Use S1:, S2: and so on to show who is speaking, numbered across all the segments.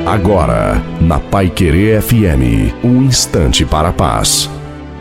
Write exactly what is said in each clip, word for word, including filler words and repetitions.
S1: Agora, na Paiquerê F M, um instante para a paz.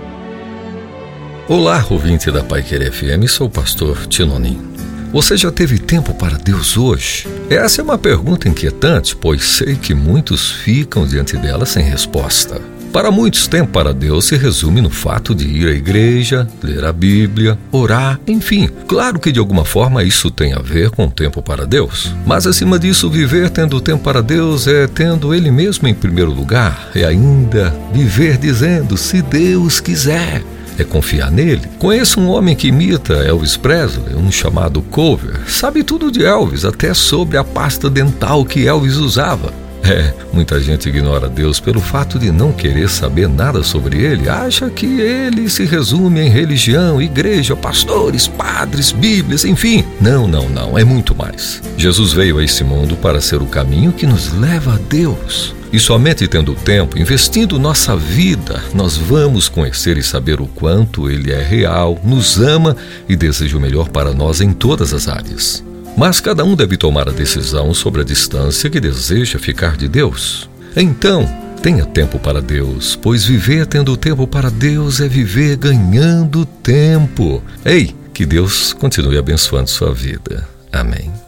S2: Olá, ouvinte da Paiquerê F M, sou o pastor Tinonim. Você já teve tempo para Deus hoje? Essa é uma pergunta inquietante, pois sei que muitos ficam diante dela sem resposta. Para muitos, tempo para Deus se resume no fato de ir à igreja, ler a Bíblia, orar, enfim. Claro que de alguma forma isso tem a ver com tempo para Deus. Mas acima disso, viver tendo tempo para Deus é tendo Ele mesmo em primeiro lugar. É ainda viver dizendo, se Deus quiser. É confiar nele. Conheço um homem que imita Elvis Presley, um chamado cover. Sabe tudo de Elvis, até sobre a pasta dental que Elvis usava. É, muita gente ignora Deus pelo fato de não querer saber nada sobre Ele. Acha que Ele se resume em religião, igreja, pastores, padres, bíblias, enfim. Não, não, não, é muito mais. Jesus veio a esse mundo para ser o caminho que nos leva a Deus. E somente tendo tempo, investindo nossa vida, nós vamos conhecer e saber o quanto Ele é real, nos ama e deseja o melhor para nós em todas as áreas. Mas cada um deve tomar a decisão sobre a distância que deseja ficar de Deus. Então, tenha tempo para Deus, pois viver tendo tempo para Deus é viver ganhando tempo. Ei, que Deus continue abençoando sua vida. Amém.